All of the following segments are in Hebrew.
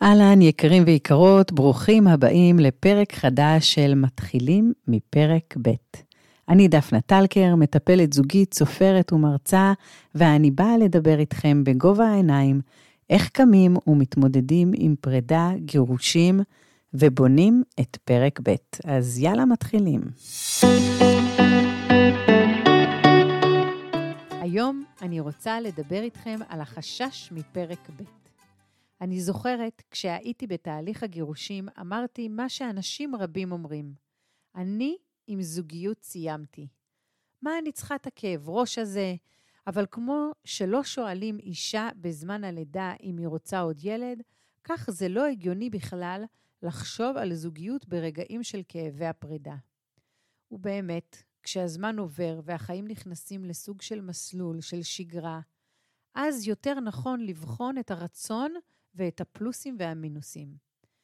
אהלן יקרים ויקרות, ברוכים הבאים לפרק חדש של מתחילים מפרק ב'. אני דפנה טלקר, מטפלת זוגית, סופרת ומרצה, ואני באה לדבר איתכם בגובה העיניים, איך קמים ומתמודדים עם פרידה, גירושים, ובונים את פרק ב'. אז יאללה מתחילים. היום אני רוצה לדבר איתכם על החשש מפרק ב'. אני זוכרת, כשהייתי בתהליך הגירושים, אמרתי מה שאנשים רבים אומרים. אני עם זוגיות סיימתי. מה אני צריכה את הכאב ראש הזה? אבל כמו שלא שואלים אישה בזמן הלידה אם היא רוצה עוד ילד, כך זה לא הגיוני בכלל לחשוב על זוגיות ברגעים של כאבי הפרידה. ובאמת, כשהזמן עובר והחיים נכנסים לסוג של מסלול, של שגרה, אז יותר נכון לבחון את הרצון ואת הפלוסים והמינוסים.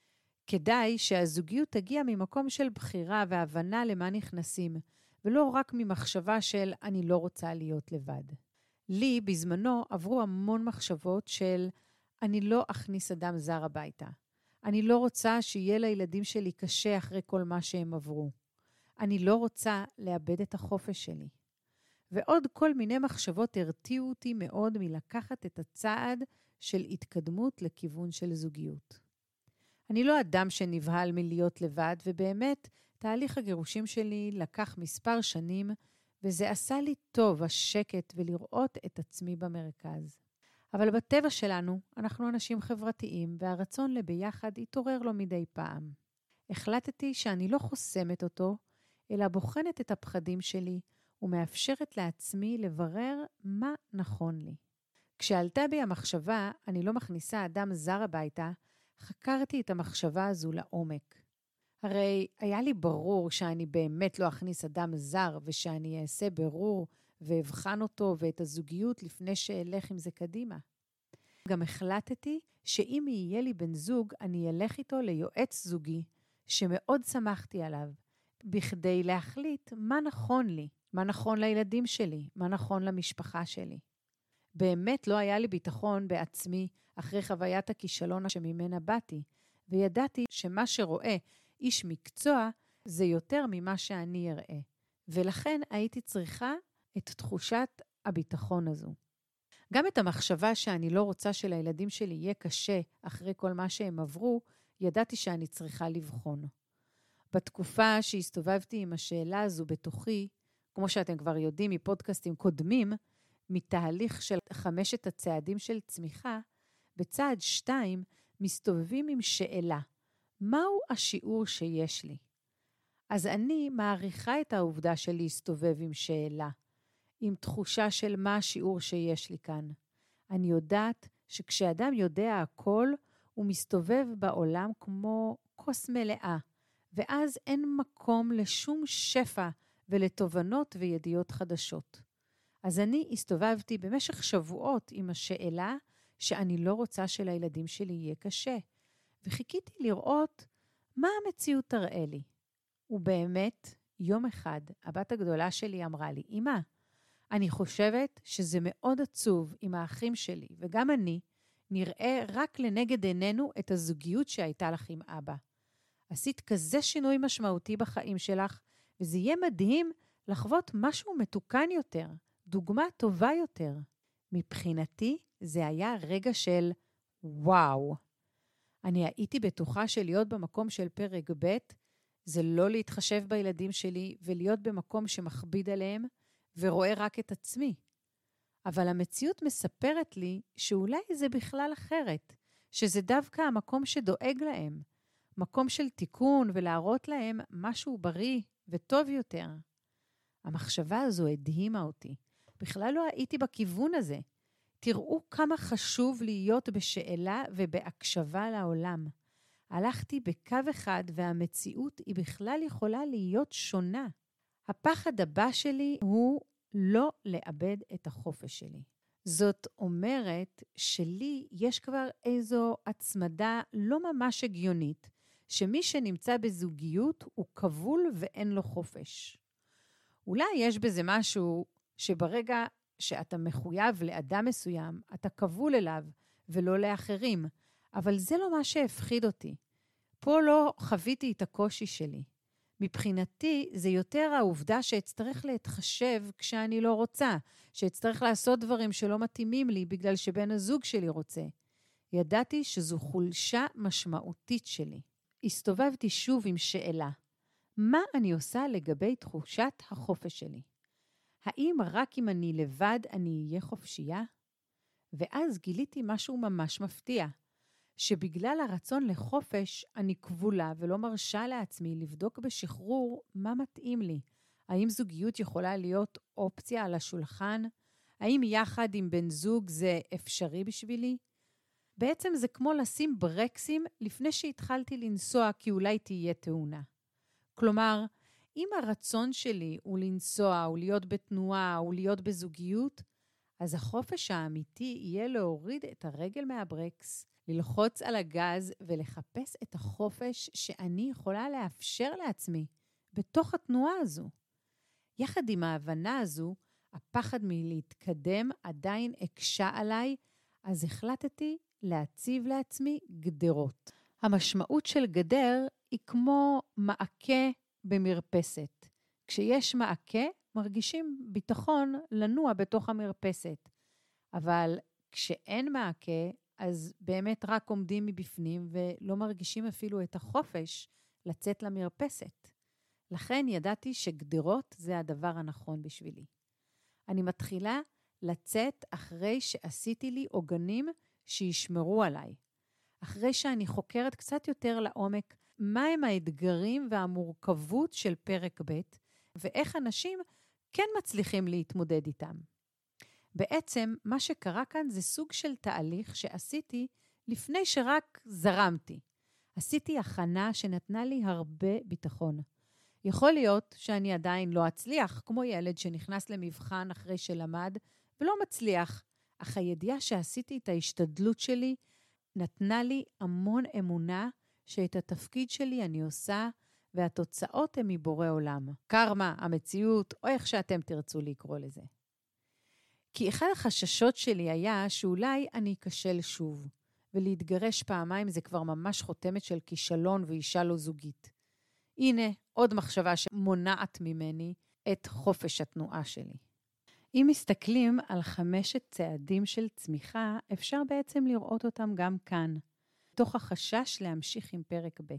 כדאי שהזוגיות תגיע ממקום של בחירה והבנה למה נכנסים, ולא רק ממחשבה של אני לא רוצה להיות לבד. לי בזמנו עברו המון מחשבות של אני לא אכניס אדם זר הביתה. אני לא רוצה שיהיה לילדים שלי קשה אחרי כל מה שהם עברו. אני לא רוצה לאבד את החופש שלי. ועוד כל מיני מחשבות הרתיעו אותי מאוד מלקחת את הצעד של התקדמות לכיוון של זוגיות. אני לא אדם שנבהל מלהיות לבד, ובאמת תהליך הגירושים שלי לקח מספר שנים, וזה עשה לי טוב השקט ולראות את עצמי במרכז. אבל בטבע שלנו אנחנו אנשים חברתיים, והרצון לביחד התעורר לו מדי פעם. החלטתי שאני לא חוסמת אותו, אלא בוחנת את הפחדים שלי, ומאפשרת לעצמי לברר מה נכון לי. כשעלתה בי המחשבה, אני לא מכניסה אדם זר הביתה, חקרתי את המחשבה הזו לעומק. הרי היה לי ברור שאני באמת לא אכניס אדם זר, ושאני אעשה ברור ואבחן אותו ואת הזוגיות לפני שאלך עם זה קדימה. גם החלטתי שאם יהיה לי בן זוג, אני אלך איתו ליועץ זוגי, שמאוד שמחתי עליו, בכדי להחליט מה נכון לי, מה נכון לילדים שלי, מה נכון למשפחה שלי. באמת לא היה לי ביטחון בעצמי אחרי חוויית הכישלון שממנה באתי, וידעתי שמה שרואה איש מקצוע זה יותר ממה שאני אראה. ולכן הייתי צריכה את תחושת הביטחון הזו. גם את המחשבה שאני לא רוצה שלילדים שלי יהיה קשה אחרי כל מה שהם עברו, ידעתי שאני צריכה לבחון. בתקופה שהסתובבתי עם השאלה הזו בתוכי, כמו שאתם כבר יודעים מפודקאסטים קודמים, מתהליך של 5 הצעדים של צמיחה, בצעד 2 מסתובבים עם שאלה, מהו השיעור שיש לי? אז אני מעריכה את העובדה של להסתובב עם שאלה, עם תחושה של מה השיעור שיש לי כאן. אני יודעת שכשאדם יודע הכל, הוא מסתובב בעולם כמו כוס מלאה, ואז אין מקום לשום שפע ולתובנות וידיעות חדשות. אז אני הסתובבתי במשך שבועות עם השאלה שאני לא רוצה שלילדים שלי יהיה קשה, וחיכיתי לראות מה המציאות תראה לי. ובאמת, יום אחד, הבת הגדולה שלי אמרה לי, אמא, אני חושבת שזה מאוד עצוב עם האחים שלי, וגם אני, נראה רק לנגד עינינו את הזוגיות שהייתה לך עם אבא. עשית כזה שינוי משמעותי בחיים שלך, וזה יהיה מדהים לחוות משהו מתוקן יותר, דוגמה טובה יותר. מבחינתי זה היה רגע של וואו. אני הייתי בטוחה שלהיות במקום של פרק ב' זה לא להתחשב בילדים שלי ולהיות במקום שמכביד עליהם ורואה רק את עצמי. אבל המציאות מספרת לי שאולי זה בכלל אחרת, שזה דווקא המקום שדואג להם, מקום של תיקון ולהראות להם משהו בריא וטוב יותר. המחשבה הזו הדהימה אותי. בכלל לא הייתי בכיוון הזה. תראו כמה חשוב להיות בשאלה ובהקשבה לעולם. הלכתי בקו אחד והמציאות היא בכלל יכולה להיות שונה. הפחד הבא שלי הוא לא לאבד את החופש שלי. זאת אומרת שלי יש כבר איזו הצמדה לא ממש הגיונית, שמי שנמצא בזוגיות הוא כבול ואין לו חופש. אולי יש בזה משהו שברגע שאתה מחויב לאדם מסוים, אתה כבול אליו ולא לאחרים, אבל זה לא מה שהפחיד אותי. פה לא חוויתי את הקושי שלי. מבחינתי זה יותר העובדה שאצטרך להתחשב כשאני לא רוצה, שאצטרך לעשות דברים שלא מתאימים לי בגלל שבן הזוג שלי רוצה. ידעתי שזו חולשה משמעותית שלי. הסתובבתי שוב עם שאלה. מה אני עושה לגבי תחושת החופש שלי? האם רק אם אני לבד אני אהיה חופשייה? ואז גיליתי משהו ממש מפתיע, שבגלל הרצון לחופש אני כבולה ולא מרשה לעצמי לבדוק בשחרור מה מתאים לי. האם זוגיות יכולה להיות אופציה על השולחן? האם יחד עם בן זוג זה אפשרי בשבילי? בעצם זה כמו לשים ברקסים לפני שהתחלתי לנסוע כי אולי תהיה תאונה. כלומר, אם הרצון שלי הוא לנסוע, הוא להיות בתנועה, הוא להיות בזוגיות, אז החופש האמיתי יהיה להוריד את הרגל מהברקס, ללחוץ על הגז ולחפש את החופש שאני יכולה לאפשר לעצמי בתוך התנועה הזו. יחד עם ההבנה הזו, הפחד מלהתקדם עדיין הקשה עליי, אז החלטתי להציב לעצמי גדרות. המשמעות של גדר היא כמו מעקה במרפסת. כשיש מעקה, מרגישים ביטחון לנוע בתוך המרפסת. אבל כשאין מעקה, אז באמת רק עומדים מבפנים ולא מרגישים אפילו את החופש לצאת למרפסת. לכן ידעתי שגדרות זה הדבר הנכון בשבילי. אני מתחילה לצאת אחרי שעשיתי לי עוגנים שישמרו עליי. אחרי שאני חוקרת קצת יותר לעומק מהם האתגרים והמורכבות של פרק ב' ואיך אנשים כן מצליחים להתמודד איתם. בעצם מה שקרה כאן זה סוג של תהליך שעשיתי לפני שרק זרמתי. עשיתי הכנה שנתנה לי הרבה ביטחון. יכול להיות שאני עדיין לא אצליח, כמו ילד שנכנס למבחן אחרי שלמד ולא מצליח, אך הידיעה שעשיתי את ההשתדלות שלי נתנה לי המון אמונה שאת התפקיד שלי אני עושה והתוצאות הן מבורא עולם. קרמה, המציאות, או איך שאתם תרצו לקרוא לזה. כי אחד החששות שלי היה שאולי אני אכשל שוב, ולהתגרש פעמיים זה כבר ממש חותמת של כישלון ואישה לא זוגית. הנה עוד מחשבה שמונעת ממני את חופש התנועה שלי. אם מסתכלים על 5 צעדים של צמיחה, אפשר בעצם לראות אותם גם כאן, תוך החשש להמשיך עם פרק ב'.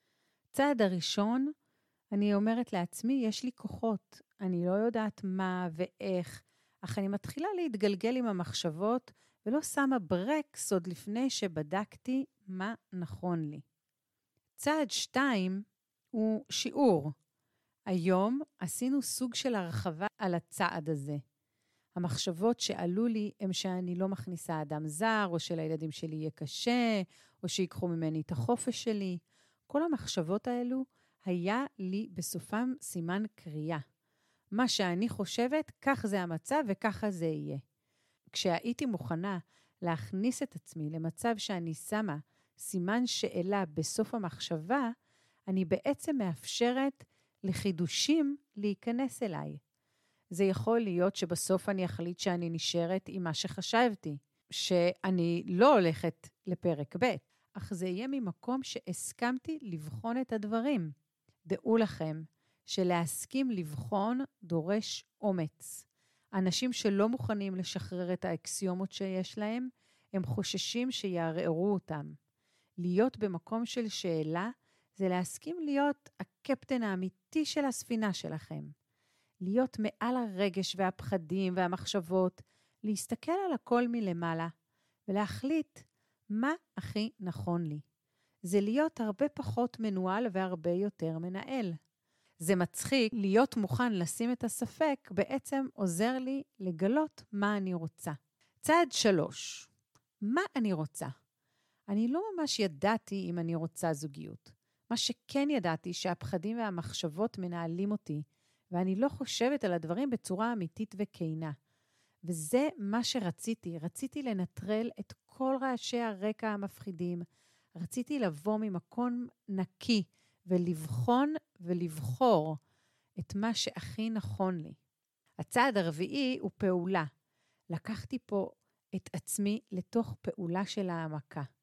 צעד הראשון, אני אומרת לעצמי, יש לי כוחות, אני לא יודעת מה ואיך, אך אני מתחילה להתגלגל עם המחשבות, ולא שמה ברקס עוד לפני שבדקתי מה נכון לי. צעד 2 הוא שיעור. היום עשינו סוג של הרחבה על הצעד הזה. המחשבות שעלו לי הם שאני לא מכניסה אדם זר, או שלילדים שלי יהיה קשה, או שיקחו ממני את החופש שלי. כל המחשבות האלו היה לי בסופם סימן קריאה. מה שאני חושבת, כך זה המצב וככה זה יהיה. כשהייתי מוכנה להכניס את עצמי למצב שאני שמה סימן שאלה בסוף המחשבה, אני בעצם מאפשרת לחידושים להיכנס אליי. זה יכול להיות שבסוף אני אחליט שאני נשארת עם מה שחשבתי, שאני לא הולכת לפרק ב', אך זה יהיה ממקום שהסכמתי לבחון את הדברים. דעו לכם שלהסכים לבחון דורש אומץ. אנשים שלא מוכנים לשחרר את האקסיומות שיש להם, הם חוששים שיערערו אותם. להיות במקום של שאלה, זה להסכים להיות הקפטן האמיתי של הספינה שלכם. להיות מעל הרגש והפחדים והמחשבות, להסתכל על הכל מלמעלה, ולהחליט מה הכי נכון לי. זה להיות הרבה פחות מנוהל והרבה יותר מנהל. זה מצחיק, להיות מוכן לשים את הספק, בעצם עוזר לי לגלות מה אני רוצה. צעד 3, מה אני רוצה? אני לא ממש ידעתי אם אני רוצה זוגיות. מה שכן ידעתי שהפחדים והמחשבות מנהלים אותי, ואני לא חושבת על הדברים בצורה אמיתית וכנה. וזה מה שרציתי. רציתי לנטרל את כל רעשי הרקע המפחידים. רציתי לבוא ממקום נקי ולבחון ולבחור את מה שהכי נכון לי. הצעד הרביעי הוא פעולה. לקחתי פה את עצמי לתוך פעולה של העמקה.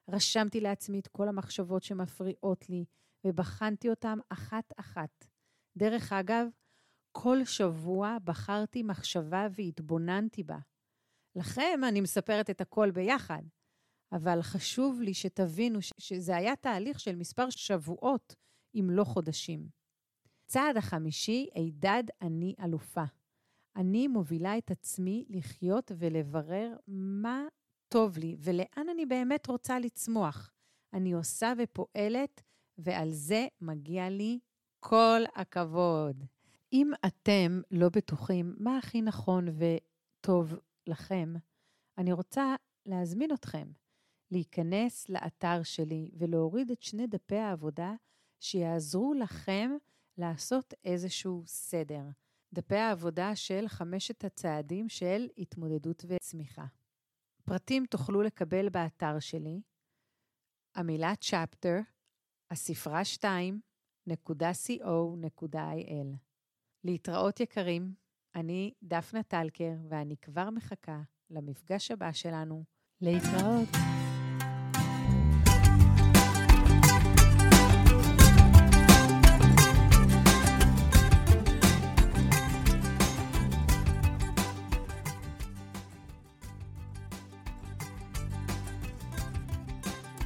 רשמתי לעצמי את כל המחשבות שמפריעות לי, ובחנתי אותם אחת-אחת. דרך אגב, כל שבוע בחרתי מחשבה והתבוננתי בה. לכם אני מספרת את הכל ביחד, אבל חשוב לי שתבינו שזה היה תהליך של מספר שבועות, אם לא חודשים. צעד החמישי, הידד אני אלופה. אני מובילה את עצמי לחיות ולברר מה טוב לי, ולאן אני באמת רוצה לצמוח. אני עושה ופועלת, ועל זה מגיע לי כל הכבוד. אם אתם לא בטוחים מה הכי נכון וטוב לכם, אני רוצה להזמין אתכם להיכנס לאתר שלי ולהוריד את 2 דפי העבודה שיעזרו לכם לעשות איזשהו סדר. דפי העבודה של 5 הצעדים של התמודדות וצמיחה. פרטים תוכלו לקבל באתר שלי, המילה chapter, הספרה 2.co.il. להתראות יקרים, אני דפנה טלקר ואני כבר מחכה למפגש הבא שלנו. להתראות.